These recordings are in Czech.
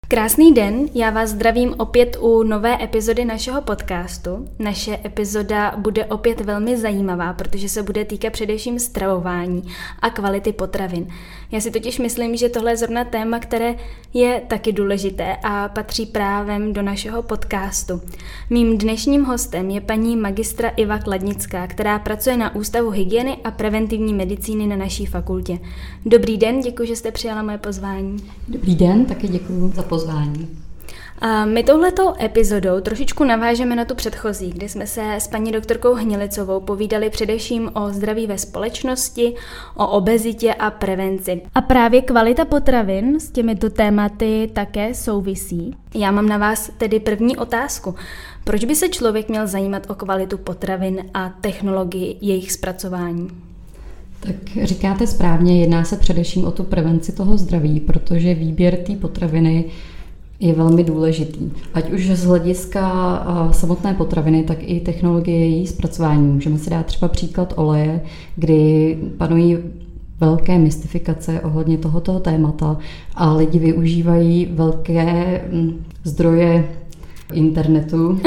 Krásný den, já vás zdravím opět u nové epizody našeho podcastu. Naše epizoda bude opět velmi zajímavá, protože se bude týkat především stravování a kvality potravin. Já si totiž myslím, že tohle je zrovna téma, které je taky důležité a patří právem do našeho podcastu. Mým dnešním hostem je paní magistra Iva Kladnická, která pracuje na Ústavu hygieny a preventivní medicíny na naší fakultě. Dobrý den, děkuji, že jste přijala moje pozvání. Dobrý den, taky děkuji za pozvání. A my touhletou epizodou trošičku navážeme na tu předchozí, kdy jsme se s paní doktorkou Hnilicovou povídali především o zdraví ve společnosti, o obezitě a prevenci. A právě kvalita potravin s těmito tématy také souvisí. Já mám na vás tedy první otázku. Proč by se člověk měl zajímat o kvalitu potravin a technologii jejich zpracování? Tak říkáte správně, jedná se především o tu prevenci toho zdraví, protože výběr té potraviny je velmi důležitý. Ať už z hlediska samotné potraviny, tak i technologie její zpracování. Můžeme si dát třeba příklad oleje, kdy panují velké mystifikace ohledně tohoto témata a lidi využívají velké zdroje internetu,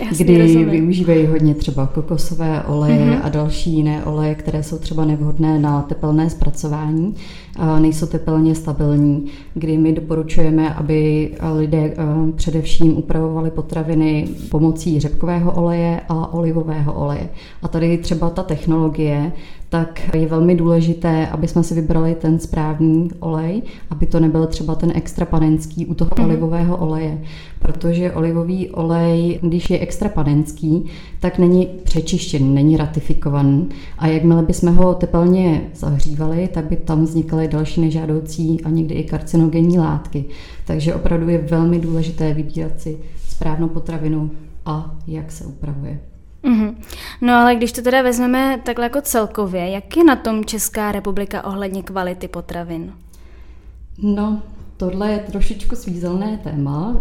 kdy využívají hodně třeba kokosové oleje a další jiné oleje, které jsou třeba nevhodné na tepelné zpracování, nejsou tepelně stabilní, kdy my doporučujeme, aby lidé především upravovali potraviny pomocí řepkového oleje a olivového oleje. A tady třeba ta technologie, tak je velmi důležité, aby jsme si vybrali ten správný olej, aby to nebyl třeba ten extra panenský u toho olivového oleje, protože olivový olej, když je extra panenský, tak není přečištěný, není ratifikovaný a jakmile bychom ho tepelně zahřívali, tak by tam vznikaly další nežádoucí a někdy i karcinogenní látky. Takže opravdu je velmi důležité vybírat si správnou potravinu a jak se upravuje. No ale když to teda vezmeme takhle jako celkově, jak je na tom Česká republika ohledně kvality potravin? No, tohle je trošičku svízelné téma.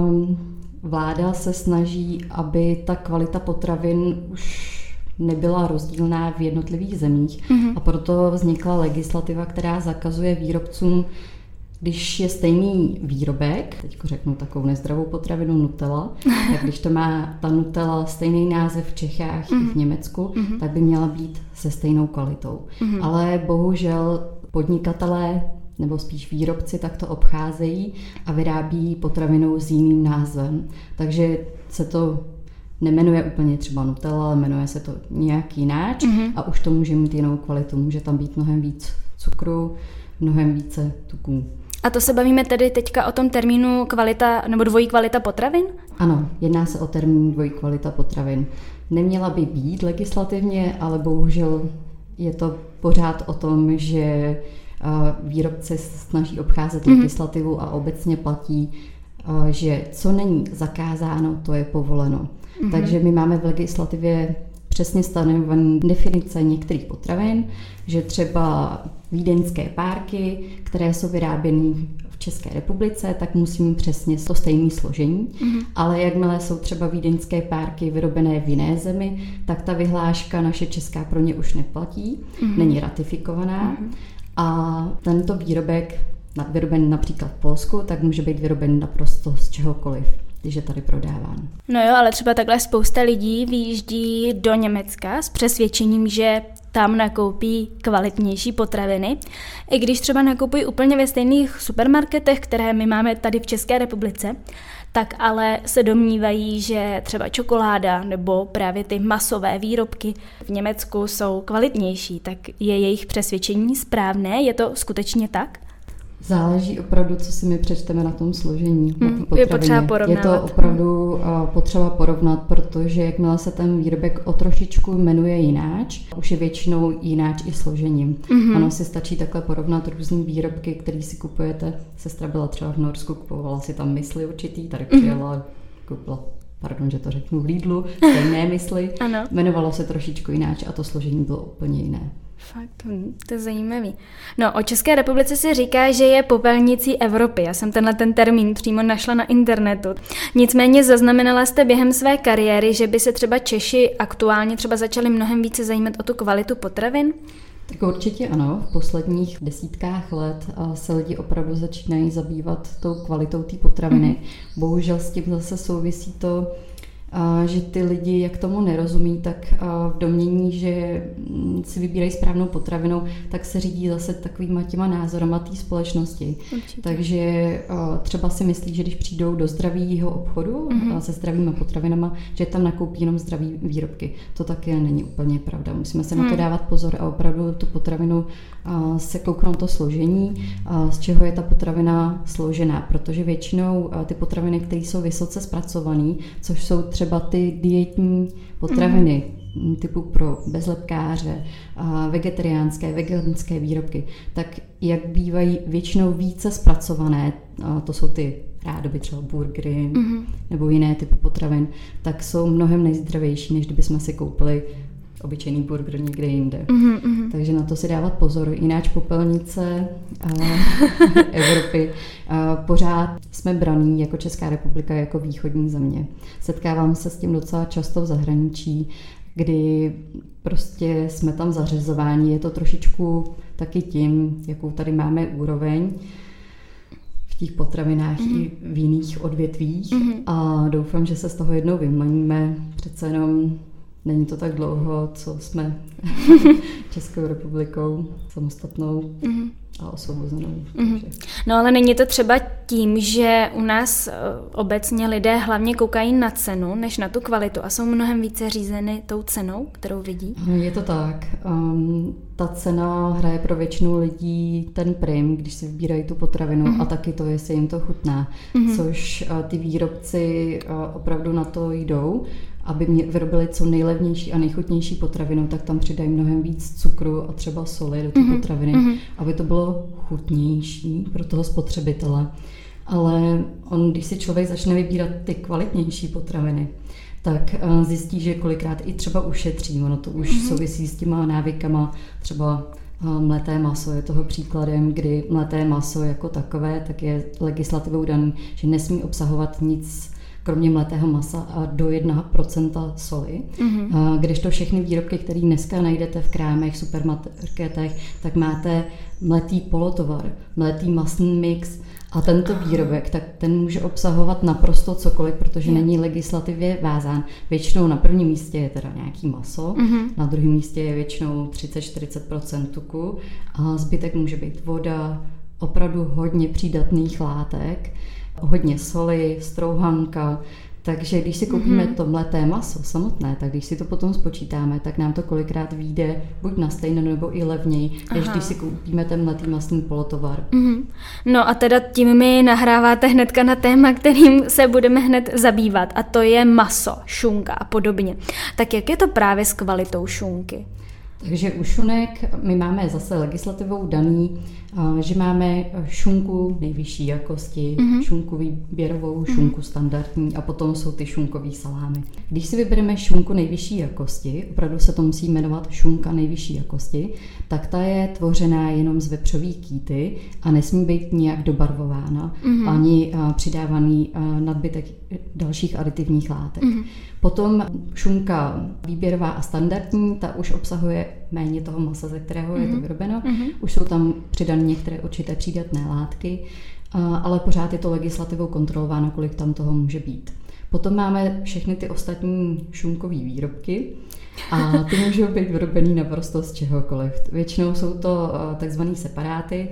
Vláda se snaží, aby ta kvalita potravin už nebyla rozdílná v jednotlivých zemích a proto vznikla legislativa, která zakazuje výrobcům, když je stejný výrobek, teď řeknu takovou nezdravou potravinu Nutella, tak když to má ta Nutella stejný název v Čechách i v Německu, tak by měla být se stejnou kvalitou. Ale bohužel podnikatelé nebo spíš výrobci tak to obcházejí a vyrábí potravinu s jiným názvem. Takže se to nemenuje úplně třeba Nutella, ale jmenuje se to nějak jináč a už to může mít jinou kvalitu. Může tam být mnohem víc cukru, mnohem více tuků. A to se bavíme tedy teďka o tom termínu kvalita nebo dvojí kvalita potravin? Ano, jedná se o termín dvojí kvalita potravin. Neměla by být legislativně, ale bohužel je to pořád o tom, že výrobci se snaží obcházet legislativu a obecně platí, že co není zakázáno, to je povoleno. Takže my máme v legislativě přesně stanovené definice některých potravin, že třeba vídeňské párky, které jsou vyráběny v České republice, tak musí mít přesně to stejné složení, ale jakmile jsou třeba vídeňské párky vyrobené v jiné zemi, tak ta vyhláška naše česká pro ně už neplatí, není ratifikovaná a tento výrobek vyroben například v Polsku, tak může být vyroben naprosto z čehokoliv, když je tady prodáván. No jo, ale třeba takhle spousta lidí vyjíždí do Německa s přesvědčením, že tam nakoupí kvalitnější potraviny, i když třeba nakupují úplně ve stejných supermarketech, které my máme tady v České republice, tak ale se domnívají, že třeba čokoláda nebo právě ty masové výrobky v Německu jsou kvalitnější. Tak je jejich přesvědčení správné? Je to skutečně tak? Záleží opravdu, co si my přečteme na tom složení. Je potřeba porovnávat. Je to opravdu potřeba porovnat, protože jakmile se ten výrobek o trošičku jmenuje jináč, už je většinou jináč i složením. Ono si stačí takhle porovnat různý výrobky, který si kupujete. Sestra byla třeba v Norsku, kupovala si tam mysli určitý, tady přijela, koupila, pardon, že to řeknu, v Lidlu, stejné mysli. Jmenovalo se trošičku jináč a to složení bylo úplně jiné. Fakt, to je zajímavý. No, o České republice se říká, že je popelnicí Evropy. Já jsem ten termín přímo našla na internetu. Nicméně zaznamenala jste během své kariéry, že by se třeba Češi aktuálně třeba začali mnohem více zajímat o tu kvalitu potravin? Tak určitě ano. V posledních desítkách let se lidi opravdu začínají zabývat tou kvalitou té potraviny. Bohužel s tím zase souvisí to, že ty lidi, jak tomu nerozumí, tak v domnění, že si vybírají správnou potravinu, tak se řídí zase takovýma těma názorama té společnosti. Určitě. Takže třeba si myslí, že když přijdou do zdravého obchodu se zdravýma potravinama, že tam nakoupí jenom zdraví výrobky. To taky není úplně pravda. Musíme se na to dávat pozor a opravdu tu potravinu se kouknout to složení, z čeho je ta potravina složená, protože většinou ty potraviny, které jsou vysoce zpracované, což jsou třeba ty dietní potraviny typu pro bezlepkáře, vegetariánské, veganské výrobky, tak jak bývají většinou více zpracované, to jsou ty rádoby třeba burgery nebo jiné typy potravin, tak jsou mnohem nejzdravější, než kdybychom si koupili obyčejný burger někde jinde. Takže na to si dávat pozor. Jináč popelnice Evropy pořád jsme braní jako Česká republika, jako východní země. Setkávám se s tím docela často v zahraničí, kdy prostě jsme tam zařazováni. Je to trošičku taky tím, jakou tady máme úroveň v těch potravinách i v jiných odvětvích. A doufám, že se z toho jednou vymaníme. Přece jenom není to tak dlouho, co jsme Českou republikou samostatnou a osvobozenou. No ale není to třeba tím, že u nás obecně lidé hlavně koukají na cenu, než na tu kvalitu a jsou mnohem více řízeny tou cenou, kterou vidí? Je to tak. Ta cena hraje pro většinu lidí ten prim, když si vybírají tu potravinu a taky to, jestli jim to chutná. Což ty výrobci opravdu na to jdou, aby vyrobili co nejlevnější a nejchutnější potravinu, tak tam přidají mnohem víc cukru a třeba soli do té potraviny, aby to bylo chutnější pro toho spotřebitele. Ale když si člověk začne vybírat ty kvalitnější potraviny, tak zjistí, že kolikrát i třeba ušetří. Ono to už souvisí s těma návykama, třeba mleté maso je toho příkladem, kdy mleté maso jako takové, tak je legislativou daný, že nesmí obsahovat nic kromě mletého masa a do 1% soli. Kdežto všechny výrobky, které dneska najdete v krámech, supermarketech, tak máte mletý polotovar, mletý masný mix a tento výrobek, tak ten může obsahovat naprosto cokoliv, protože není legislativě vázán. Většinou na prvním místě je teda nějaký maso, na druhém místě je většinou 30-40% tuku a zbytek může být voda, opravdu hodně přídatných látek, hodně soli, strouhanka, takže když si koupíme to mleté maso samotné, tak když si to potom spočítáme, tak nám to kolikrát vyjde buď na stejno nebo i levněji, než když si koupíme ten mletý masný polotovar. No a teda tím mi nahráváte hnedka na téma, kterým se budeme hned zabývat, a to je maso, šunka a podobně. Tak jak je to právě s kvalitou šunky? Takže u šunek my máme zase legislativou daný, že máme šunku nejvyšší jakosti, šunku výběrovou, šunku standardní a potom jsou ty šunkové salámy. Když si vybereme šunku nejvyšší jakosti, opravdu se to musí jmenovat šunka nejvyšší jakosti, tak ta je tvořená jenom z vepřové kýty a nesmí být nijak dobarvována, ani přidávaný nadbytek dalších aditivních látek. Potom šunka výběrová a standardní, ta už obsahuje méně toho masa, ze kterého je to vyrobeno. Už jsou tam přidané některé určité přídatné látky, ale pořád je to legislativou kontrolováno, kolik tam toho může být. Potom máme všechny ty ostatní šunkové výrobky a ty můžou být vyrobený naprosto z čehokoliv. Většinou jsou to takzvané separáty,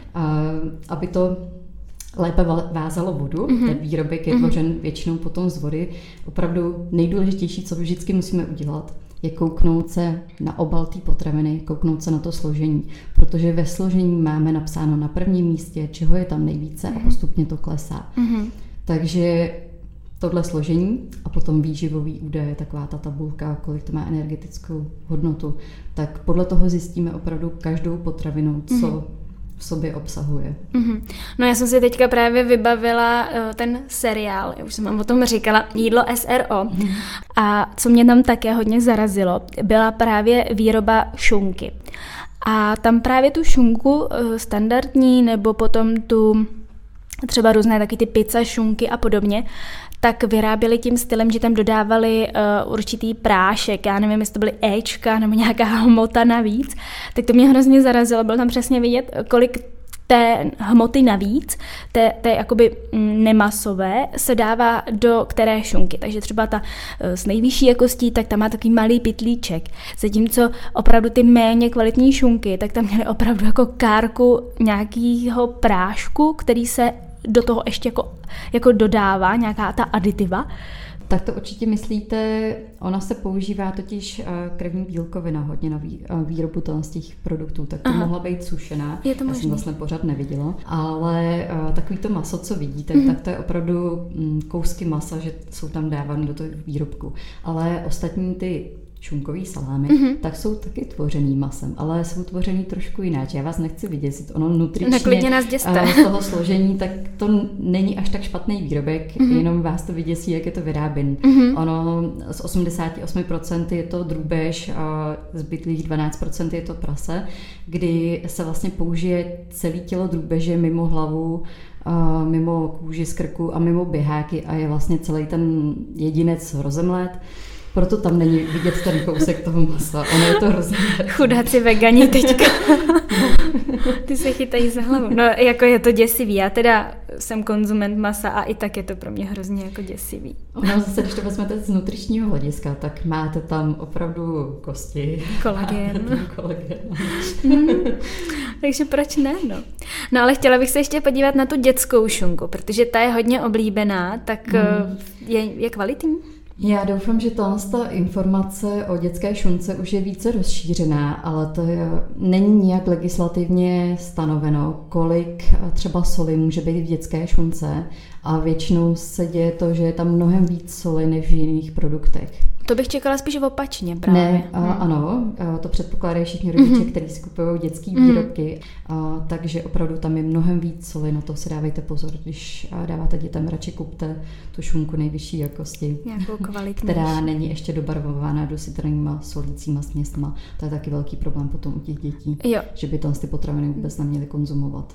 aby to lépe vázalo vodu. Ten výrobek je tvořen většinou potom z vody. Opravdu nejdůležitější, co vždycky musíme udělat, je kouknout se na obal té potraviny, kouknout se na to složení, protože ve složení máme napsáno na prvním místě, čeho je tam nejvíce a postupně to klesá. Takže tohle složení a potom výživový údaje, taková ta tabulka, kolik to má energetickou hodnotu, tak podle toho zjistíme opravdu každou potravinu, co v sobě obsahuje. No já jsem si teďka právě vybavila ten seriál, já už jsem vám o tom říkala, Jídlo SRO. A co mě tam také hodně zarazilo, byla právě výroba šunky. A tam právě tu šunku standardní nebo potom tu třeba různé taky ty pizza, šunky a podobně, tak vyráběli tím stylem, že tam dodávali určitý prášek, já nevím, jestli to byly éčka nebo nějaká hmota navíc, tak to mě hrozně zarazilo, bylo tam přesně vidět, kolik té hmoty navíc, té jakoby nemasové, se dává do které šunky. Takže třeba ta s nejvyšší jakostí, tak tam má takový malý pytlíček. Zatímco opravdu ty méně kvalitní šunky, tak tam měly opravdu jako kárku nějakého prášku, který se do toho ještě jako dodává, nějaká ta aditiva. Tak to určitě myslíte, ona se používá totiž krevní bílkovina hodně na výrobu z těch produktů, tak to mohla být sušená. Je to možný. Já jsem vlastně pořád neviděla, ale takový to maso, co vidíte, tak to je opravdu kousky masa, že jsou tam dávány do toho výrobku. Ale ostatní ty šunkový salámy, tak jsou taky tvořený masem, ale jsou tvořený trošku jinak. Já vás nechci vidět, ono nutričně z toho složení, tak to není až tak špatný výrobek, jenom vás to vyděsí, jak je to vyráběn. Ono z 88% je to drůbež a zbytlých 12% je to prase, kdy se vlastně použije celé tělo drůbeže mimo hlavu, mimo kůži z krku a mimo běháky a je vlastně celý ten jedinec rozemlet. Proto tam není vidět ten kousek toho masa. Ono je to hrozně. Chudáci vegani teďka. Ty se chytají za hlavu. No, jako je to děsivý. Já teda jsem konzument masa a i tak je to pro mě hrozně jako děsivý. Ono zase, když to vezmete z nutričního hlediska, tak máte tam opravdu kosti. Kolagén. Takže proč ne, no. No ale chtěla bych se ještě podívat na tu dětskou šunku, protože ta je hodně oblíbená, tak je kvalitní? Já doufám, že ta informace o dětské šunce už je více rozšířená, ale to není nijak legislativně stanoveno, kolik třeba soli může být v dětské šunce a většinou se děje to, že je tam mnohem víc soli než v jiných produktech. To bych čekala spíš opačně právě. Ne, ano, to předpokládají všichni rodiče, kteří si kupují dětské výrobky, takže opravdu tam je mnohem víc soli, na to si dávejte pozor, když dáváte dětem, radši kupte tu šunku nejvyšší jakosti, která není ještě dobarvována dositranýma solícíma směsma. To je taky velký problém potom u těch dětí, že by ty potraviny vůbec neměly konzumovat.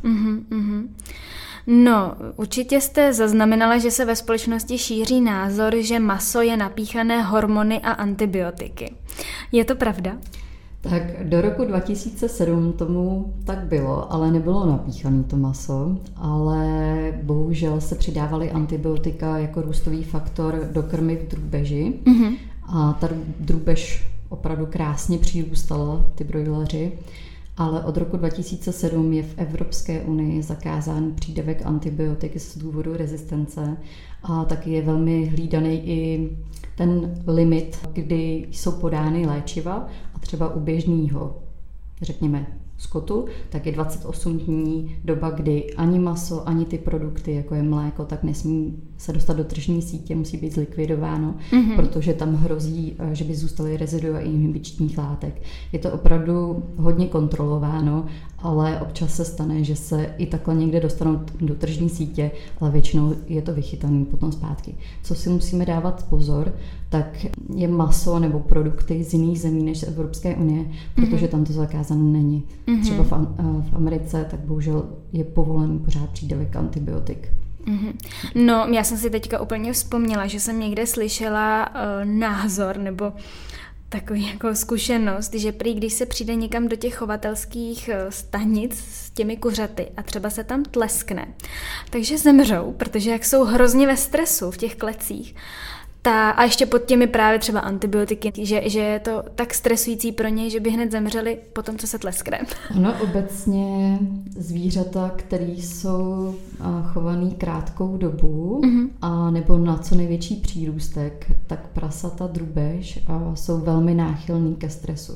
No, určitě jste zaznamenala, že se ve společnosti šíří názor, že maso je napíchané hormony a antibiotiky. Je to pravda? Tak do roku 2007 tomu tak bylo, ale nebylo napíchané to maso, ale bohužel se přidávaly antibiotika jako růstový faktor do krmy v drůbeži a ta drůbež opravdu krásně přirůstala, ty brojleři. Ale od roku 2007 je v Evropské unii zakázán přídavek antibiotik z důvodu rezistence a taky je velmi hlídaný i ten limit, kdy jsou podány léčiva a třeba u běžného, řekněme, skotu, tak je 28 dní doba, kdy ani maso, ani ty produkty, jako je mléko, tak nesmí se dostat do tržní sítě, musí být zlikvidováno, protože tam hrozí, že by zůstaly rezidua inhibičních látek. Je to opravdu hodně kontrolováno, ale občas se stane, že se i takhle někde dostanou do tržní sítě, ale většinou je to vychytané potom zpátky. Co si musíme dávat pozor, tak je maso nebo produkty z jiných zemí než z Evropské unie, protože tam to zakázané není. Třeba v Americe tak bohužel je povolený pořád přídavek antibiotik. No, já jsem si teďka úplně vzpomněla, že jsem někde slyšela názor nebo takový jako zkušenost, že prý, když se přijde někam do těch chovatelských stanic s těmi kuřaty a třeba se tam tleskne, takže zemřou, protože jak jsou hrozně ve stresu v těch klecích, a ještě pod těmi právě třeba antibiotiky, že je to tak stresující pro ně, že by hned zemřeli po tom, co se tleskne. Ono obecně zvířata, které jsou chovaný krátkou dobu a nebo na co největší přírůstek, tak prasata, drůbež jsou velmi náchylný ke stresu.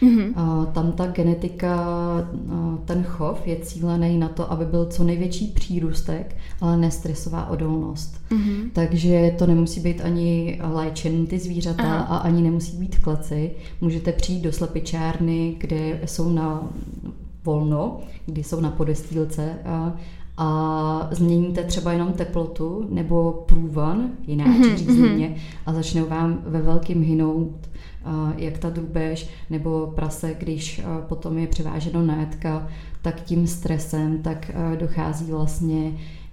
Tam ta genetika, ten chov je cílený na to, aby byl co největší přírůstek, ale nestresová odolnost. Takže to nemusí být ani léčený ty zvířata a ani nemusí být v kleci. Můžete přijít do slepičárny, kde jsou na volno, kdy jsou na podestýlce a změníte třeba jenom teplotu nebo průvan, jináč řízlině, a začnou vám ve velkým hynout jak ta drůbež nebo prase, když potom je převáženo na jatka, tak tím stresem tak dochází vlastně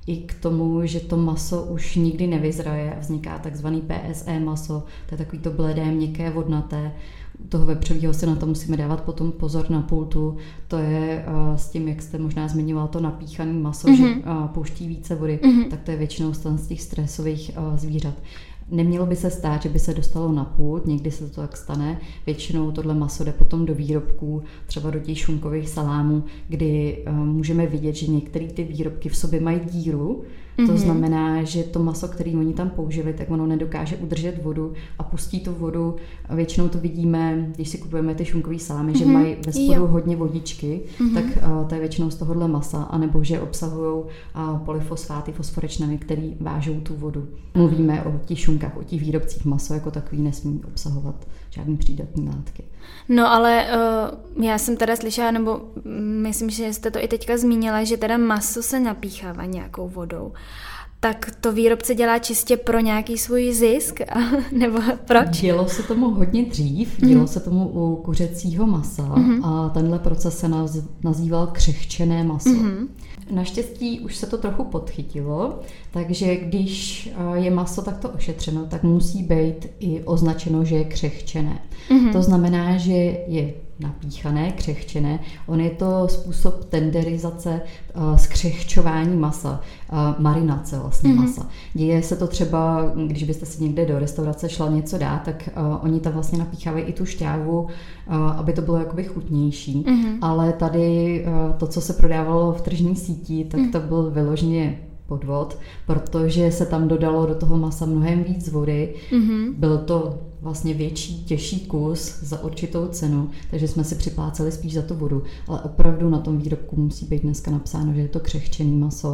i k tomu, že to maso už nikdy nevyzraje a vzniká takzvaný PSE maso, to je takový to bledé, měkké, vodnaté. U toho vepřového se na to musíme dávat potom pozor na pultu. To je s tím, jak jste možná zmiňoval, to napíchané maso, že pouští více vody, tak to je většinou z těch stresových zvířat. Nemělo by se stát, že by se dostalo na pult, někdy se to tak stane. Většinou tohle maso jde potom do výrobků, třeba do těch šunkových salámů, kdy můžeme vidět, že některé ty výrobky v sobě mají díru. To znamená, že to maso, které oni tam použili, tak ono nedokáže udržet vodu a pustí tu vodu. A většinou to vidíme, když si kupujeme ty šunkový salámy, že mají ve spodu hodně vodičky, tak to je většinou z tohohle masa, anebo že obsahují polyfosfáty, fosforečnany, které vážou tu vodu. Mluvíme o těch šunkách, o těch výrobcích. Maso jako takový nesmí obsahovat žádný přídatné látky. No ale já jsem teda slyšela, nebo myslím, že jste to i teďka zmínila, že teda maso se napíchává nějakou vodou. Tak to výrobce dělá čistě pro nějaký svůj zisk? Nebo proč? Dělo se tomu hodně dřív, dělo se tomu u kuřecího masa a tenhle proces se nazýval křehčené maso. Naštěstí už se to trochu podchytilo, takže když je maso takto ošetřeno, tak musí být i označeno, že je křehčené. To znamená, že je napíchané, křehčené. On je to způsob tenderizace, zkřehčování masa, marinace vlastně masa. Děje se to třeba, když byste si někde do restaurace šla něco dát, tak oni tam vlastně napíchávají i tu šťávu, aby to bylo jakoby chutnější. Ale tady to, co se prodávalo v tržní síti, tak to byl vyloženě podvod, protože se tam dodalo do toho masa mnohem víc vody. Byl to vlastně větší, těžší kus za určitou cenu, takže jsme si připláceli spíš za tu vodu. Ale opravdu na tom výrobku musí být dneska napsáno, že je to křehčený maso.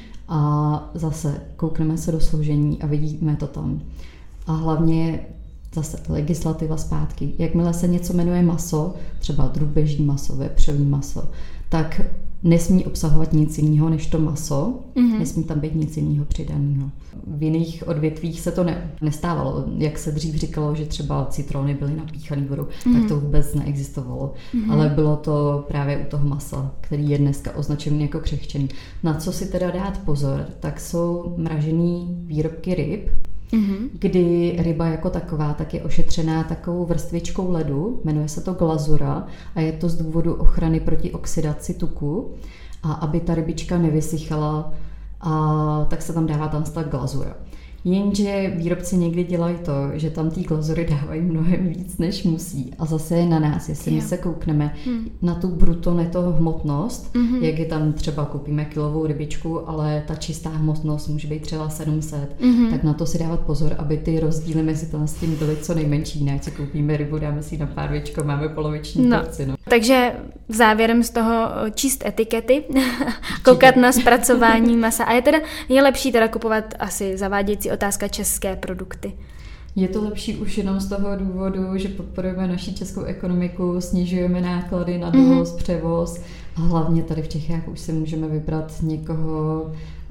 A zase koukneme se do složení a vidíme to tam. A hlavně zase legislativa zpátky. Jakmile se něco jmenuje maso, třeba drůbeží maso, vepřový maso, tak nesmí obsahovat nic jiného než to maso, nesmí tam být nic jiného přidaného. V jiných odvětvích se to nestávalo. Jak se dřív říkalo, že třeba citrony byly napíchané vodou, tak to vůbec neexistovalo. Ale bylo to právě u toho masa, který je dneska označený jako křehčený. Na co si teda dát pozor, tak jsou mražený výrobky ryb, kdy ryba jako taková tak je ošetřená takovou vrstvičkou ledu, jmenuje se to glazura a je to z důvodu ochrany proti oxidaci tuku a aby ta rybička nevysychala, tak se tam dává ta glazura. Jenže výrobci někdy dělají to, že tam ty glazury dávají mnohem víc, než musí. A zase je na nás, jestli my se koukneme na tu bruto neto hmotnost, jak je tam třeba koupíme kilovou rybičku, ale ta čistá hmotnost může být třeba 700, tak na to si dávat pozor, aby ty rozdíly mezi tím byly co nejmenší. Ne, si koupíme rybu, dáme si na párvičko, máme poloviční porci. Takže závěrem z toho číst etikety, koukat na zpracování masa. A je lepší teda kupovat asi zavádějící otázka české produkty. Je to lepší už jenom z toho důvodu, že podporujeme naši českou ekonomiku, snižujeme náklady na dovoz, převoz a hlavně tady v Čechách už si můžeme vybrat někoho,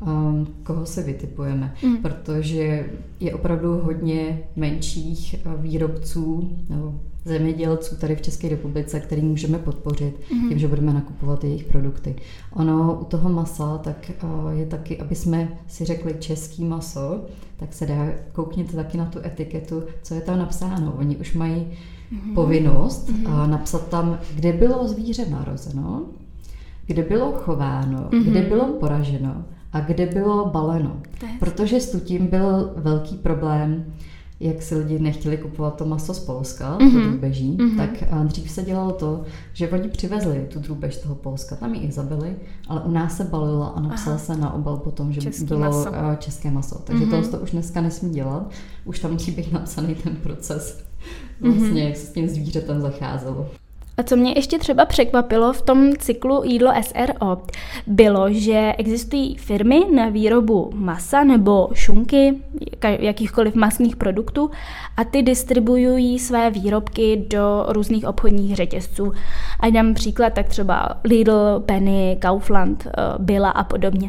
koho se vytipujeme, protože je opravdu hodně menších výrobců nebo zemědělců tady v České republice, který můžeme podpořit tím, že budeme nakupovat jejich produkty. Ono u toho masa tak je taky, aby jsme si řekli český maso, tak se dá, koukněte taky na tu etiketu, co je tam napsáno. Oni už mají povinnost napsat tam, kde bylo zvíře narozeno, kde bylo chováno, kde bylo poraženo a kde bylo baleno. Protože s tím byl velký problém, jak si lidi nechtěli kupovat to maso z Polska, to drůbeží, tak dřív se dělalo to, že oni přivezli tu drůbež z toho Polska, tam ji i zabili, ale u nás se balila a napsala se na obal potom, že bylo české maso. Takže to už dneska nesmí dělat, už tam musí být napsaný ten proces, vlastně jak se s tím zvířetem zacházelo. A co mě ještě třeba překvapilo v tom cyklu Jídlo SRO, bylo, že existují firmy na výrobu masa nebo šunky, jakýchkoliv masných produktů a ty distribuují své výrobky do různých obchodních řetězců. A dám příklad, tak třeba Lidl, Penny, Kaufland, Billa a podobně.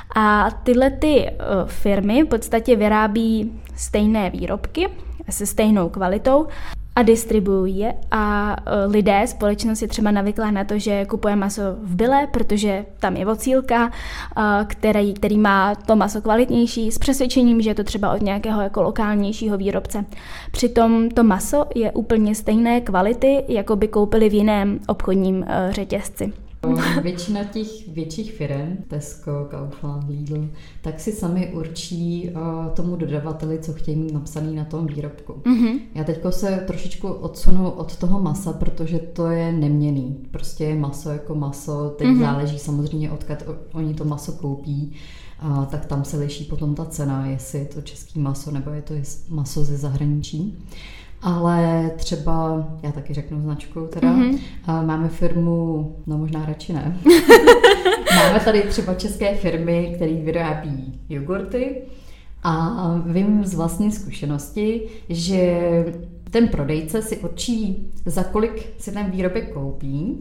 A tyhle ty firmy v podstatě vyrábí stejné výrobky se stejnou kvalitou, a a distribuují je a lidé, společnost je třeba navyklá na to, že kupuje maso v Bille, protože tam je vocílka, který má to maso kvalitnější s přesvědčením, že je to třeba od nějakého jako lokálnějšího výrobce. Přitom to maso je úplně stejné kvality, jako by koupili v jiném obchodním řetězci. Většina těch větších firm, Tesco, Kaufland, Lidl, tak si sami určí tomu dodavateli, co chtějí mít napsaný na tom výrobku. Mm-hmm. Já teďko se trošičku odsunu od toho masa, protože to je neměnný. Prostě je maso jako maso, teď záleží samozřejmě, odkud oni to maso koupí, tak tam se liší potom ta cena, jestli je to český maso nebo je to maso ze zahraničí. Ale třeba, já taky řeknu značku teda, máme firmu, no možná radši ne, máme tady třeba české firmy, které vyrábí jogurty a vím z vlastní zkušenosti, že ten prodejce si určí, za kolik si ten výrobek koupí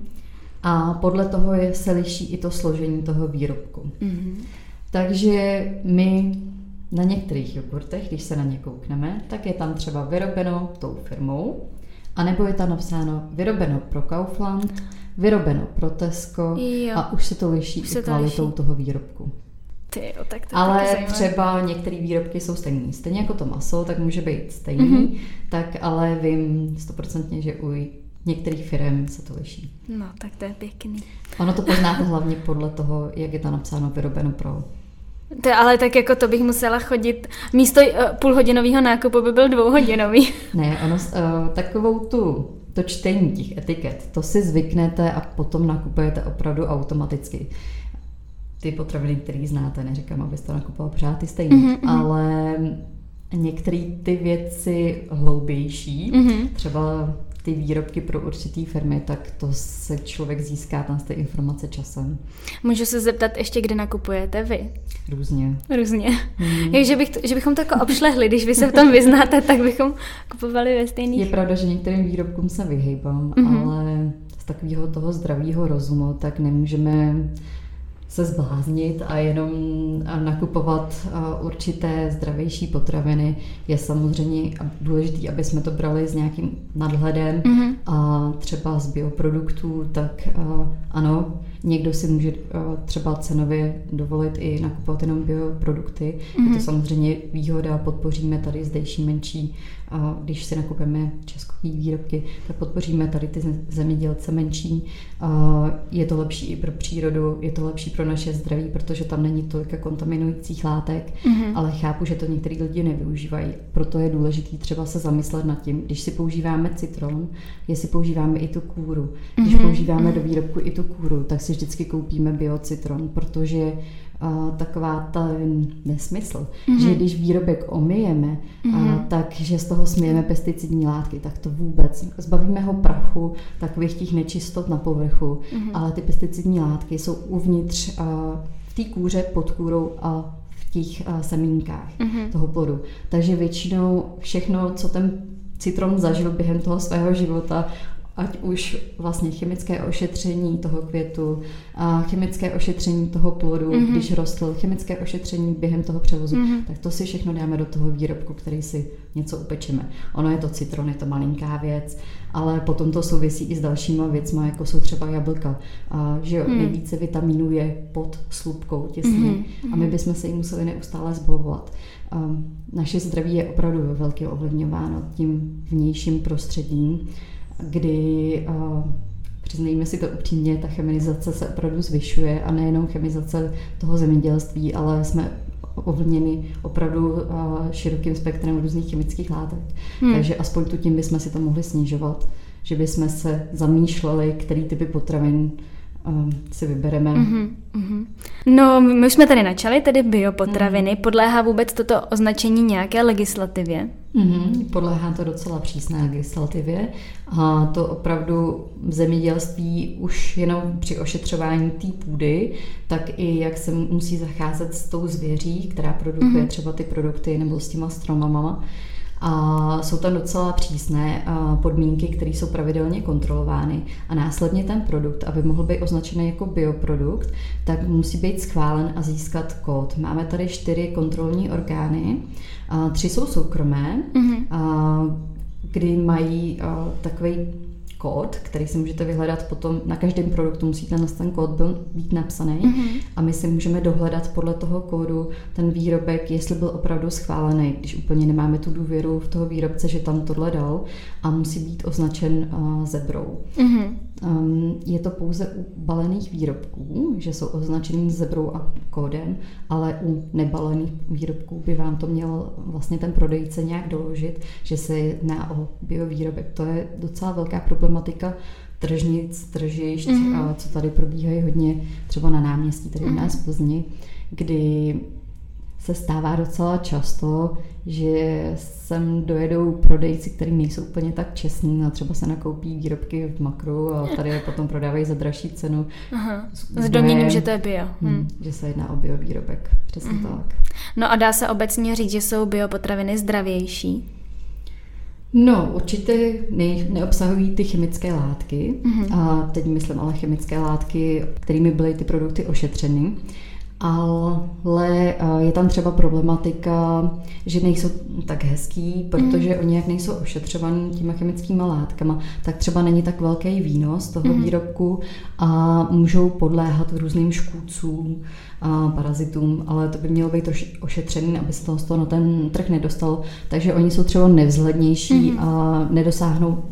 a podle toho se liší i to složení toho výrobku. Takže my na některých jogurtech, když se na ně koukneme, tak je tam třeba vyrobeno tou firmou, anebo je tam napsáno vyrobeno pro Kaufland, vyrobeno pro Tesco a už se to liší i kvalitou toho výrobku. Tak to ale třeba některé výrobky jsou stejný. Stejně jako to maso, tak může být stejný, tak ale vím 100%, že u některých firm se to liší. No, tak to je pěkný. Ono to poznáte hlavně podle toho, jak je tam napsáno vyrobeno pro. Ale tak jako to bych musela chodit, místo půlhodinového nákupu by byl 2hodinový. Ne, ono takovou to čtení těch etiket, to si zvyknete a potom nakupujete opravdu automaticky. Ty potraviny, které znáte, neříkám, abyste nakupoval pořád ty stejný, ale některé ty věci hloubější, třeba ty výrobky pro určitý firmy, tak to se člověk získá tam z té informace časem. Můžu se zeptat ještě, kde nakupujete vy? Různě. Že bychom to jako obšlehli, když vy se v tom vyznáte, tak bychom kupovali ve stejných. Je pravda, že některým výrobkům se vyhejbám, ale z takového toho zdravého rozumu tak nemůžeme se zbláznit a jenom nakupovat určité zdravější potraviny. Je samozřejmě důležité, aby jsme to brali s nějakým nadhledem a třeba z bioproduktů, tak ano, někdo si může třeba cenově dovolit i nakupovat jenom bioprodukty. Je to samozřejmě výhoda, podpoříme tady zdejší menší, když si nakupujeme české výrobky, tak podpoříme tady ty zemědělce menší. Je to lepší i pro přírodu, je to lepší pro naše zdraví, protože tam není tolik kontaminujících látek, ale chápu, že to některý lidi nevyužívají. Proto je důležité třeba se zamyslet nad tím, když si používáme citron, jestli používáme i tu kůru. Když používáme do výrobku i tu kůru, tak si vždycky koupíme biocitron, protože taková ten nesmysl, že když výrobek omyjeme, takže z toho smějeme pesticidní látky, tak to vůbec. Zbavíme ho prachu, takových těch nečistot na povrchu, ale ty pesticidní látky jsou uvnitř v té kůře, pod kůrou a v těch semínkách toho plodu. Takže většinou všechno, co ten citron zažil během toho svého života, ať už vlastně chemické ošetření toho květu, chemické ošetření toho plodu, když rostl, chemické ošetření během toho převozu, tak to si všechno dáme do toho výrobku, který si něco upečeme. Ono je to citron, je to malinká věc, ale potom to souvisí i s dalšíma věcma, jako jsou třeba jablka. Že jo, nejvíce vitamínů je pod slupkou těsně a my bychom se jí museli neustále zbavovat. Naše zdraví je opravdu velké ovlivňováno tím vnějším prostředím, kdy, přiznejme si to upřímně, ta chemizace se opravdu zvyšuje a nejenom chemizace toho zemědělství, ale jsme ovlivněni opravdu širokým spektrem různých chemických látek. Takže aspoň tu tím bychom si to mohli snižovat, že bychom se zamýšleli, který typy potravin si vybereme. No, my už jsme tady načali, tedy biopotraviny. Podléhá vůbec toto označení nějaké legislativě? Podléhá to docela přísné legislativě a to opravdu v zemědělství už jenom při ošetřování té půdy, tak i jak se musí zacházet s tou zvěří, která produkuje třeba ty produkty nebo s těma stromama. A jsou tam docela přísné podmínky, které jsou pravidelně kontrolovány a následně ten produkt, aby mohl být označený jako bioprodukt, tak musí být schválen a získat kód. Máme tady 4 kontrolní orgány, 3 jsou soukromé, kdy mají takový kód, který si můžete vyhledat potom, na každém produktu musí ten kód být napsaný a my si můžeme dohledat podle toho kódu ten výrobek, jestli byl opravdu schválený, když úplně nemáme tu důvěru v toho výrobce, že tam tohle dal a musí být označen zebrou. Je to pouze u balených výrobků, že jsou označený zebrou a kódem, ale u nebalených výrobků by vám to měl vlastně ten prodejce nějak doložit, že se jedná o biovýrobek. To je docela velká problematika tržnic, tržišť, co tady probíhají hodně třeba na náměstí, tady u nás v Plzni, kdy se stává docela často, že sem dojedou prodejci, kteří nejsou úplně tak čestní a třeba se nakoupí výrobky v Makru a tady je potom prodávají za dražší cenu. S domněním, že to je bio. Že se jedná o biovýrobek. Přesně tak. No a dá se obecně říct, že jsou biopotraviny zdravější? No, určitě neobsahují ty chemické látky. A teď myslím ale chemické látky, kterými byly ty produkty ošetřeny. Ale je tam třeba problematika, že nejsou tak hezký, protože oni jak nejsou ošetřovaný těma chemickými látkama, tak třeba není tak velký výnos toho výrobku a můžou podléhat různým škůdcům a parazitům, ale to by mělo být ošetřený, aby se toho na ten trh nedostalo. Takže oni jsou třeba nevzhlednější a nedosáhnou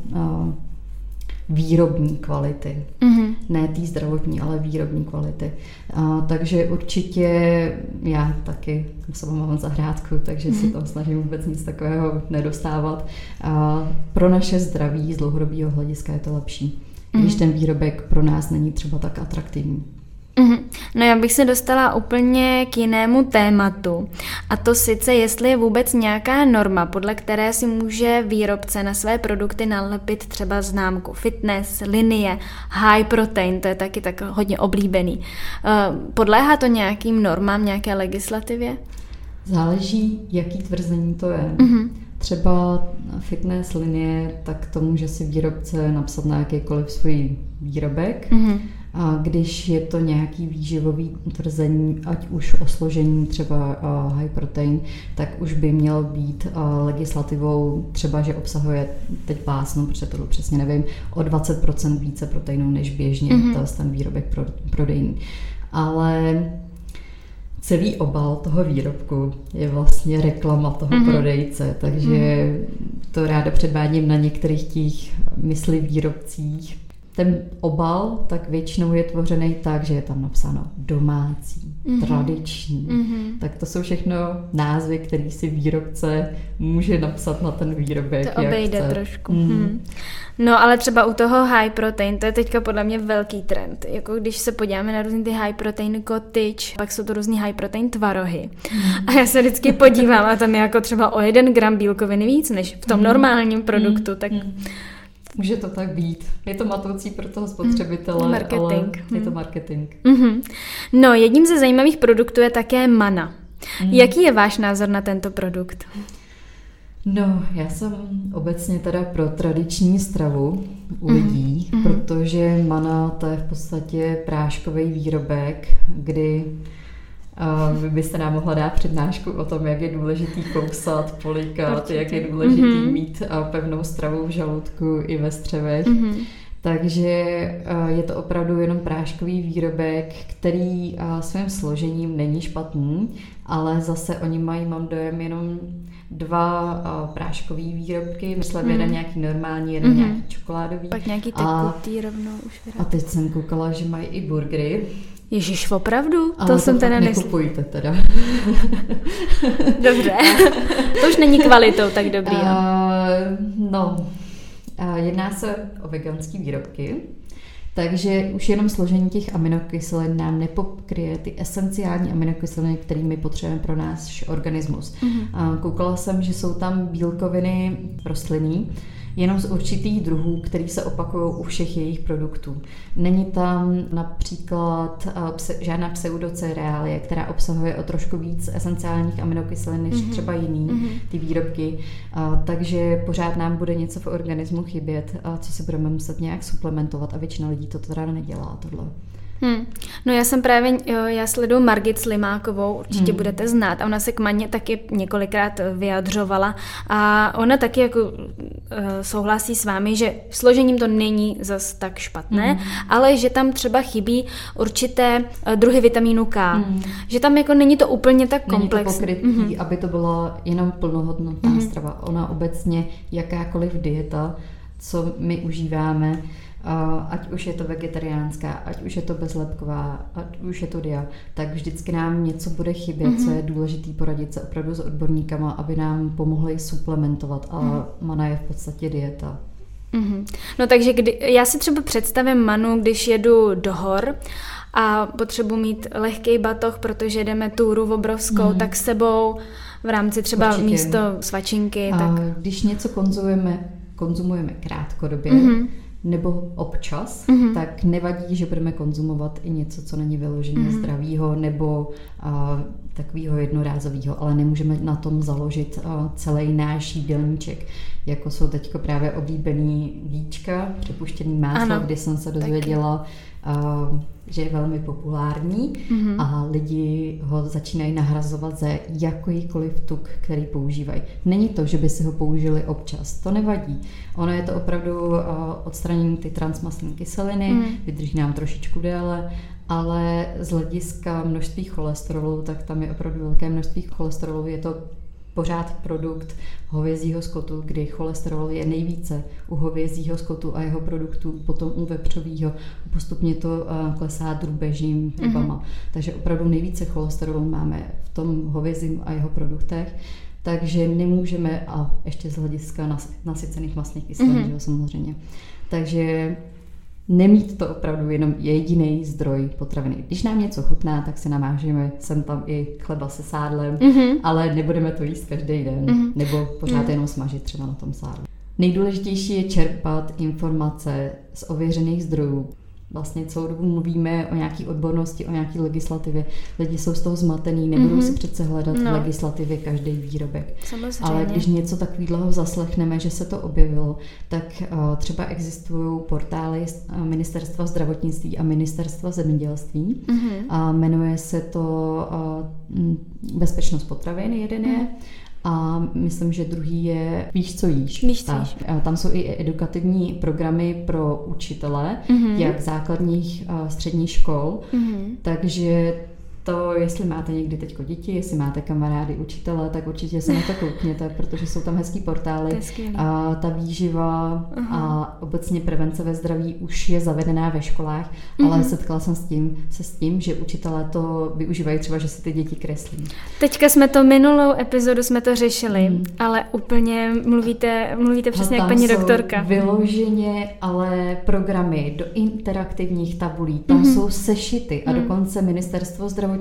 výrobní kvality. Ne tý zdravotní, ale výrobní kvality. Takže určitě já taky sama mám zahrádku, takže si tam snažím vůbec nic takového nedostávat. Pro naše zdraví z dlouhodobého hlediska je to lepší, když ten výrobek pro nás není třeba tak atraktivní. No já bych se dostala úplně k jinému tématu, a to sice, jestli je vůbec nějaká norma, podle které si může výrobce na své produkty nalepit třeba známku fitness, linie, high protein, to je taky tak hodně oblíbený. Podléhá to nějakým normám, nějaké legislativě? Záleží, jaký tvrzení to je. Třeba fitness linie, tak to může si výrobce napsat na jakýkoliv svůj výrobek. A když je to nějaký výživový tvrzení, ať už o složení třeba high protein, tak už by mělo být legislativou třeba, že obsahuje, teď pásnu, protože to přesně nevím, o 20% více proteinů než běžně ten výrobek prodejný. Ale celý obal toho výrobku je vlastně reklama toho prodejce, takže to ráda předvádím na některých těch výrobcích. Ten obal tak většinou je tvořený tak, že je tam napsáno domácí, tradiční. Tak to jsou všechno názvy, které si výrobce může napsat na ten výrobek. To obejde trošku. No ale třeba u toho high protein, to je teďka podle mě velký trend. Jako když se podíváme na různý ty high protein cottage, pak jsou to různý high protein tvarohy. A já se vždycky podívám a tam je jako třeba o 1 gram bílkoviny víc, než v tom normálním produktu. Tak může to tak být. Je to matoucí pro toho spotřebitele, marketing. Ale je to marketing. No, jedním ze zajímavých produktů je také mana. Jaký je váš názor na tento produkt? No, já jsem obecně teda pro tradiční stravu u lidí, protože mana to je v podstatě práškový výrobek, kdy vy byste nám mohla dát přednášku o tom, jak je důležitý kousat, polikat, jak je důležitý mít pevnou stravu v žaludku i ve střevech. Takže je to opravdu jenom práškový výrobek, který svým složením není špatný, ale zase oni mám dojem, jenom 2 práškový výrobky, myslím jeden nějaký normální, jeden nějaký čokoládový. Pak nějaký tekutý rovnou už vyrábí. A teď jsem koukala, že mají i burgery. Ježiš, opravdu? Ale to jsem teda nekupujte teda. Dobře. To už není kvalitou tak dobrý. Jedná se o veganské výrobky, takže už jenom složení těch aminokyselin nám nepokryje ty esenciální aminokyseliny, které my potřebujeme pro náš organismus. Koukala jsem, že jsou tam bílkoviny rostlinný, jenom z určitých druhů, které se opakují u všech jejich produktů. Není tam například žádná pseudocereálie, která obsahuje o trošku víc esenciálních aminokyselin než třeba jiný ty výrobky, takže pořád nám bude něco v organismu chybět, co si budeme muset nějak suplementovat a většina lidí to teda nedělá tohle. No já sleduju Margit Slimákovou, určitě budete znát, a ona se k Maně taky několikrát vyjadřovala a ona taky jako souhlasí s vámi, že složením to není zas tak špatné, ale že tam třeba chybí určité druhy vitamínu K, že tam jako není to úplně tak komplexní. Není to pokrytý, aby to byla jenom plnohodnotná strava. Ona obecně jakákoliv dieta, co my užíváme, ať už je to vegetariánská, ať už je to bezlepková, ať už je to dia, tak vždycky nám něco bude chybět, co je důležitý poradit se opravdu s odborníkama, aby nám pomohli suplementovat a Mana je v podstatě dieta. No takže já si třeba představím Manu, když jedu do hor a potřebuji mít lehký batoh, protože jdeme túru obrovskou, tak s sebou v rámci třeba místo svačinky. Tak... Když něco konzumujeme krátkodobě, nebo občas, tak nevadí, že budeme konzumovat i něco, co není vyloženě zdravýho nebo takového jednorázového, ale nemůžeme na tom založit celý náš jídelníček, jako jsou teďko právě oblíbený víčka, přepuštěný máslo, kdy jsem se dozvěděla, že je velmi populární a lidi ho začínají nahrazovat za jakýkoliv tuk, který používají. Není to, že by si ho použili občas, to nevadí. Ono je to opravdu odstranění ty transmastní kyseliny, vydrží nám trošičku déle, ale z hlediska množství cholesterolu, tak tam je opravdu velké množství cholesterolu, je to pořád produkt hovězího skotu, kdy cholesterol je nejvíce u hovězího skotu a jeho produktů, potom u vepřovýho. Postupně to klesá drůbežím rybama. Takže opravdu nejvíce cholesterolu máme v tom hovězím a jeho produktech. Takže nemůžeme, a ještě z hlediska nasycených mastných kyselin, samozřejmě. Takže nemít to opravdu jenom jediný zdroj potraviny. Když nám něco chutná, tak si namážeme sem tam i chleba se sádlem, ale nebudeme to jíst každý den, nebo pořád jenom smažit třeba na tom sádle. Nejdůležitější je čerpat informace z ověřených zdrojů. Vlastně celou dobu mluvíme o nějaké odbornosti, o nějaké legislativě. Lidi jsou z toho zmatený, nebudou si přece hledat v legislativě každý výrobek. Samozřejmě. Ale když něco takového zaslechneme, že se to objevilo, tak třeba existují portály Ministerstva zdravotnictví a Ministerstva zemědělství. A jmenuje se to Bezpečnost potravin, jeden je. A myslím, že druhý je Víš, co jíš. Tam jsou i edukativní programy pro učitele, jak základních středních škol. Takže to, jestli máte někdy teďko děti, jestli máte kamarády učitele, tak určitě se na to koukněte, protože jsou tam hezký portály. A ta výživa a obecně prevence ve zdraví už je zavedená ve školách, ale setkala jsem se s tím, že učitelé to využívají třeba, že si ty děti kreslí. Teďka jsme to minulou epizodu jsme to řešili, ale úplně mluvíte přesně jak paní doktorka. Vyloženě ale programy do interaktivních tabulí, tam jsou sešity a dokonce Ministerstvo zdravotnictví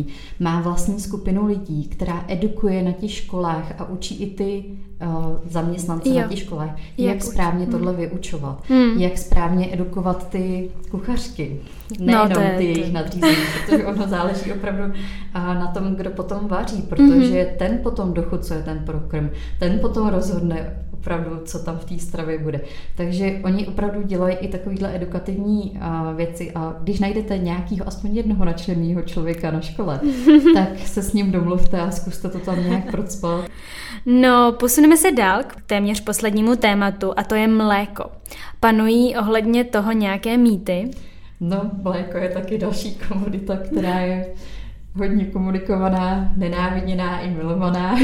má vlastní skupinu lidí, která edukuje na těch školách a učí i ty zaměstnance na těch školách, jak správně tohle vyučovat, jak správně edukovat ty kuchařky, nejenom ty jejich nadřízení, protože ono záleží opravdu na tom, kdo potom vaří, protože ten potom dochucuje ten pokrm, ten potom rozhodne opravdu, co tam v té stravě bude. Takže oni opravdu dělají i takovýhle edukativní věci a když najdete nějakého aspoň jednoho nadšeného člověka na škole, tak se s ním domluvte a zkuste to tam nějak procpat. No, posuneme se dál k téměř poslednímu tématu a to je mléko. Panují ohledně toho nějaké mýty? No, mléko je taky další komodita, která je hodně komunikovaná, nenáviděná i milovaná.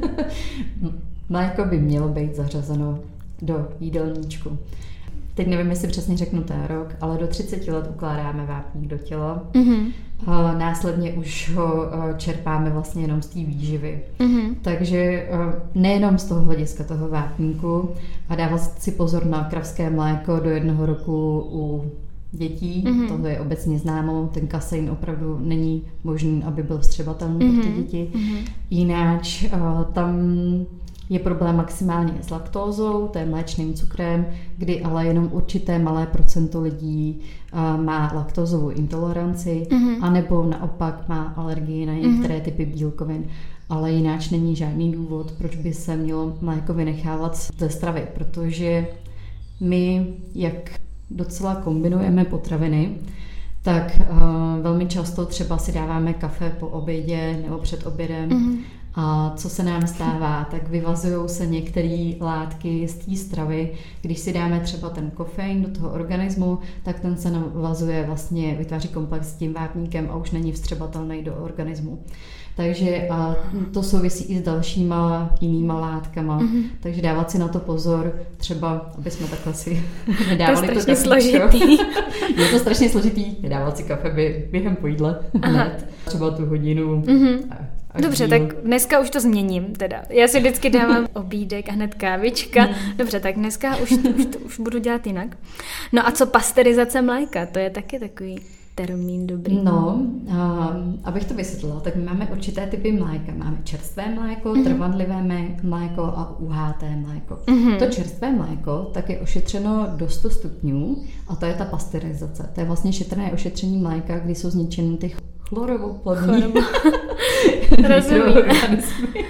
Mléko by mělo být zařazeno do jídelníčku. Teď nevím, jestli přesně řeknu ten rok, ale do 30 let ukládáme vápník do těla. Následně už ho čerpáme vlastně jenom z té výživy. Takže nejenom z toho hlediska toho vápníku a dávat si pozor na kravské mléko do 1 roku u dětí, to je obecně známo, ten kasein opravdu není možný, aby byl vstřebatelný pro ty děti. Jináč tam je problém maximálně s laktózou, to je mléčným cukrem, kdy ale jenom určité malé procento lidí má laktózovou intoleranci, anebo naopak má alergii na některé typy bílkovin. Ale jináč není žádný důvod, proč by se mělo mléko vynechávat ze stravy, protože my, jak docela kombinujeme potraviny, Tak velmi často třeba si dáváme kafe po obědě nebo před obědem. A co se nám stává, tak vyvazují se některé látky z té stravy. Když si dáme třeba ten kofein do toho organismu, tak ten se navazuje, vlastně vytváří komplex s tím vápníkem a už není vstřebatelný do organismu. Takže to souvisí i s dalšíma jinýma látkama. Takže dávat si na to pozor, třeba, aby jsme takhle si nedávali to kafíčko. Složitý. Je to strašně složitý, nedávat si kafe během po jídle, hned, třeba tu hodinu. Dobře, tak dneska už to změním teda. Já si vždycky dávám obídek a hned kávička. Dobře, tak dneska už budu dělat jinak. No a co pasterizace mléka? To je taky takový termín dobrý. No, abych to vysvětlila, tak my máme určité typy mléka. Máme čerstvé mléko, trvanlivé mléko a UHT mléko. To čerstvé mléko tak je ošetřeno do 100 stupňů a to je ta pasterizace. To je vlastně šetrné ošetření mléka, kdy jsou zničeny ty chlorovoplodní mikroorganismy.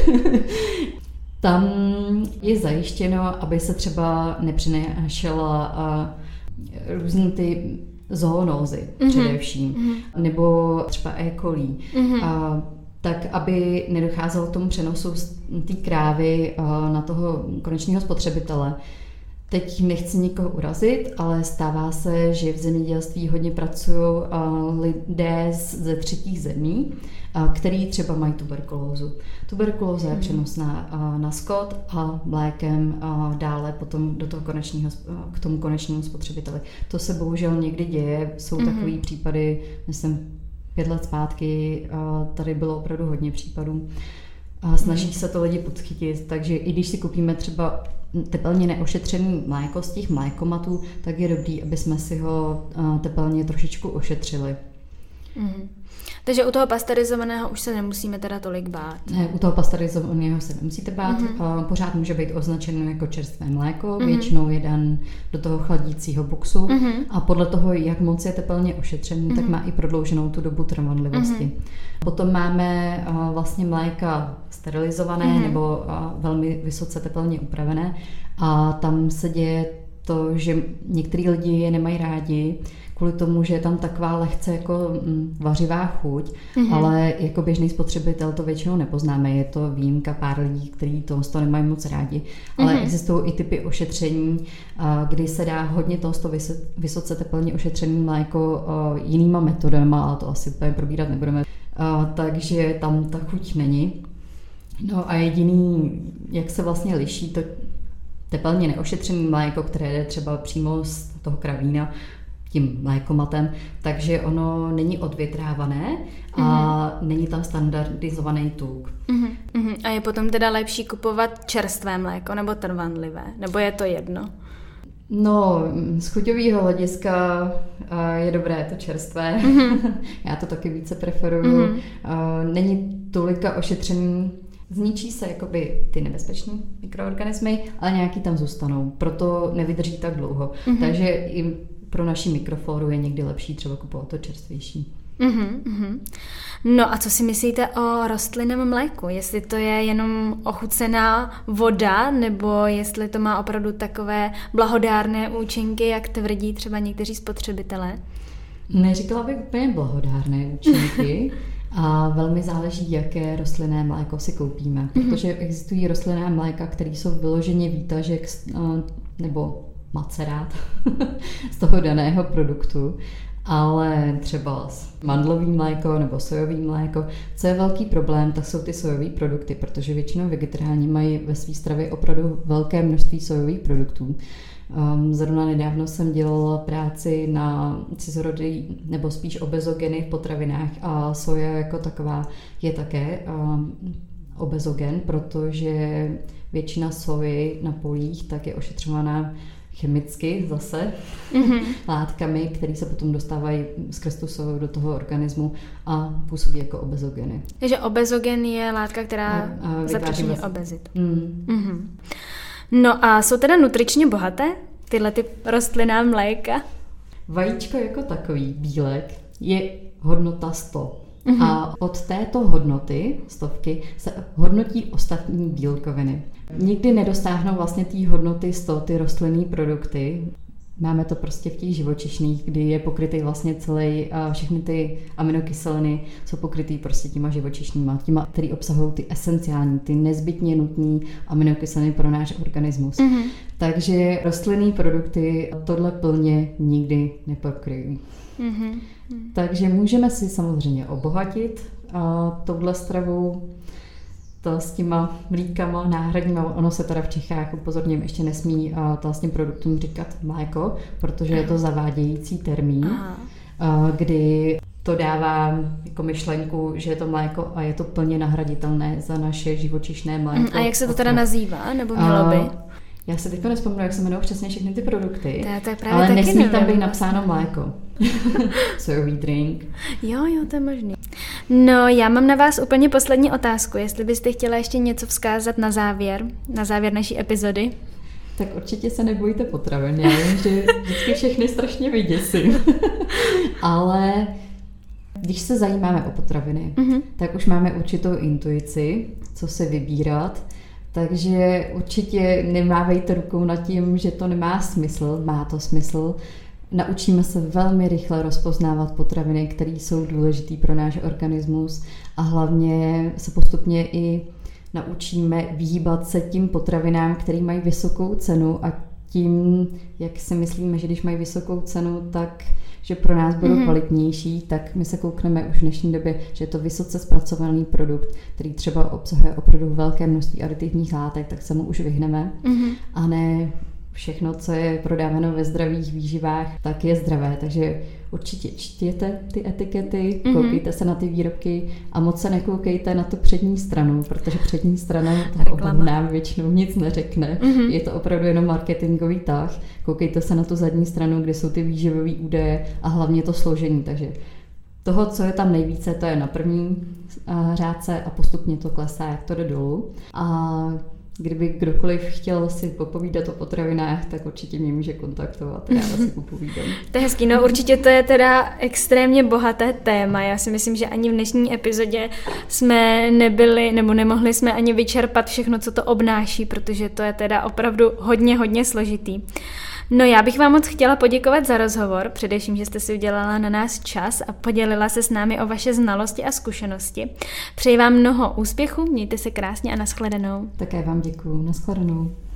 Tam je zajištěno, aby se třeba nepřinášela různý ty zoonózy především, nebo třeba E. coli, tak aby nedocházelo k tomu přenosu z té krávy na toho konečného spotřebitele. Teď nechci nikoho urazit, ale stává se, že v zemědělství hodně pracují lidé ze třetích zemí, který třeba mají tuberkulózu. Tuberkulóza je přenosná na skot a mlékem dále potom do toho k tomu konečnému spotřebiteli. To se bohužel někdy děje, jsou takový případy, myslím 5 let zpátky, tady bylo opravdu hodně případů. Snaží se to lidi podchytit, takže i když si koupíme třeba tepelně neošetřený mléko z těch mlékomatů, tak je dobrý, aby jsme si ho tepelně trošičku ošetřili. Takže u toho pasterizovaného už se nemusíme teda tolik bát. Ne, u toho pasterizovaného se nemusíte bát. Pořád může být označeno jako čerstvé mléko, většinou je dan do toho chladícího boxu a podle toho, jak moc je tepelně ošetřený, tak má i prodlouženou tu dobu trvanlivosti. Potom máme vlastně mléka sterilizované nebo velmi vysoce tepelně upravené a tam se děje to, že některý lidi je nemají rádi kvůli tomu, že je tam taková lehce jako vařivá chuť, ale jako běžný spotřebitel to většinou nepoznáme. Je to výjimka pár lidí, kteří toho nemají moc rádi, ale existují i typy ošetření, kdy se dá hodně toho vysoce teplně ošetřený mléko jinýma metodama, ale to asi úplně probírat nebudeme. Takže tam ta chuť není. No a jediný, jak se vlastně liší to tepelně neošetřený mléko, které jde třeba přímo z toho kravína, tím mlékomatem, takže ono není odvětrávané a není tam standardizovaný tuk. A je potom teda lepší kupovat čerstvé mléko nebo trvanlivé? Nebo je to jedno? No, z chuťového hlediska je dobré to čerstvé. Já to taky více preferuju. Není tolika ošetřený. Zničí se jakoby ty nebezpečné mikroorganismy, ale nějaký tam zůstanou. Proto nevydrží tak dlouho. Takže i pro naši mikroflóru je někdy lepší třeba kupovat to čerstvější. No a co si myslíte o rostlinném mléku? Jestli to je jenom ochucená voda, nebo jestli to má opravdu takové blahodárné účinky, jak tvrdí třeba někteří spotřebitelé? Neříkala bych úplně blahodárné účinky. A velmi záleží, jaké rostlinné mléko si koupíme, protože existují rostlinné mléka, které jsou vyloženě výtažek nebo macerát z toho daného produktu, ale třeba mandlový mléko nebo sojový mléko. Co je velký problém, tak jsou ty sojové produkty, protože většinou vegetariáni mají ve své stravě opravdu velké množství sojových produktů. Zrovna nedávno jsem dělala práci na cizorodý nebo spíš obezogeny v potravinách a soja jako taková je také obezogen, protože většina soji na polích tak je ošetřovaná chemicky zase látkami, které se potom dostávají skrz tu soju do toho organismu a působí jako obezogeny. Takže obezogen je látka, která zapříčiní obezitu. No a jsou teda nutričně bohaté tyhle ty rostlinná mléka? Vajíčko jako takový, bílek, je hodnota 100. A od této hodnoty, 100, se hodnotí ostatní bílkoviny. Nikdy nedostáhnou vlastně té hodnoty 100 ty rostlinné produkty. Máme to prostě v těch živočišných, kdy je pokrytý vlastně všechny ty aminokyseliny jsou pokrytý prostě těma živočišnýma, který obsahují ty esenciální, ty nezbytně nutné aminokyseliny pro náš organismus. Mm-hmm. Takže rostlinné produkty tohle plně nikdy nepokryjí. Mm-hmm. Takže můžeme si samozřejmě obohatit touhle stravou, to s těma mlíkama náhradníma. Ono se teda v Čechách, upozorním, ještě nesmí s tím produktům říkat mléko, protože je to zavádějící termín, kdy to dává jako myšlenku, že je to mléko a je to plně nahraditelné za naše živočišné mléko. A jak se to teda nazývá, nebo mělo by? Já se teďka nespomínám, jak se jmenují přesně všechny ty produkty, to je právě ale taky nesmí tam být vlastně napsáno mléko. Sojový drink. Jo, to je možný. No, já mám na vás úplně poslední otázku, jestli byste chtěla ještě něco vzkázat na závěr naší epizody. Tak určitě se nebojte potravin, já vím, že vždycky všechny strašně vyděsím. Ale když se zajímáme o potraviny, tak už máme určitou intuici, co se vybírat. Takže určitě nemávejte rukou nad tím, že to nemá smysl, má to smysl. Naučíme se velmi rychle rozpoznávat potraviny, které jsou důležité pro náš organismus a hlavně se postupně i naučíme vyhýbat se tím potravinám, které mají vysokou cenu a tím, jak si myslíme, že když mají vysokou cenu, tak že pro nás budou kvalitnější, tak my se koukneme už v dnešní době, že je to vysoce zpracovaný produkt, který třeba obsahuje opravdu velké množství aditivních látek, tak se mu už vyhneme. A ne všechno, co je prodáváno ve zdravých výživách, tak je zdravé. Takže určitě čtěte ty etikety, koukejte se na ty výrobky a moc se nekoukejte na tu přední stranu, protože přední strana toho obavu nám většinou nic neřekne. Je to opravdu jenom marketingový tah. Koukejte se na tu zadní stranu, kde jsou ty výživové údaje a hlavně to složení. Takže toho, co je tam nejvíce, to je na první řádce a postupně to klesá, jak to jde dolů. A kdyby kdokoliv chtěl si popovídat o potravinách, tak určitě mě může kontaktovat a já si popovídám. To je hezký, no určitě to je teda extrémně bohaté téma. Já si myslím, že ani v dnešní epizodě jsme nebyli, nebo nemohli jsme ani vyčerpat všechno, co to obnáší, protože to je teda opravdu hodně složitý. No já bych vám moc chtěla poděkovat za rozhovor, především, že jste si udělala na nás čas a podělila se s námi o vaše znalosti a zkušenosti. Přeji vám mnoho úspěchů, mějte se krásně a nashledanou. Také vám děkuju, nashledanou.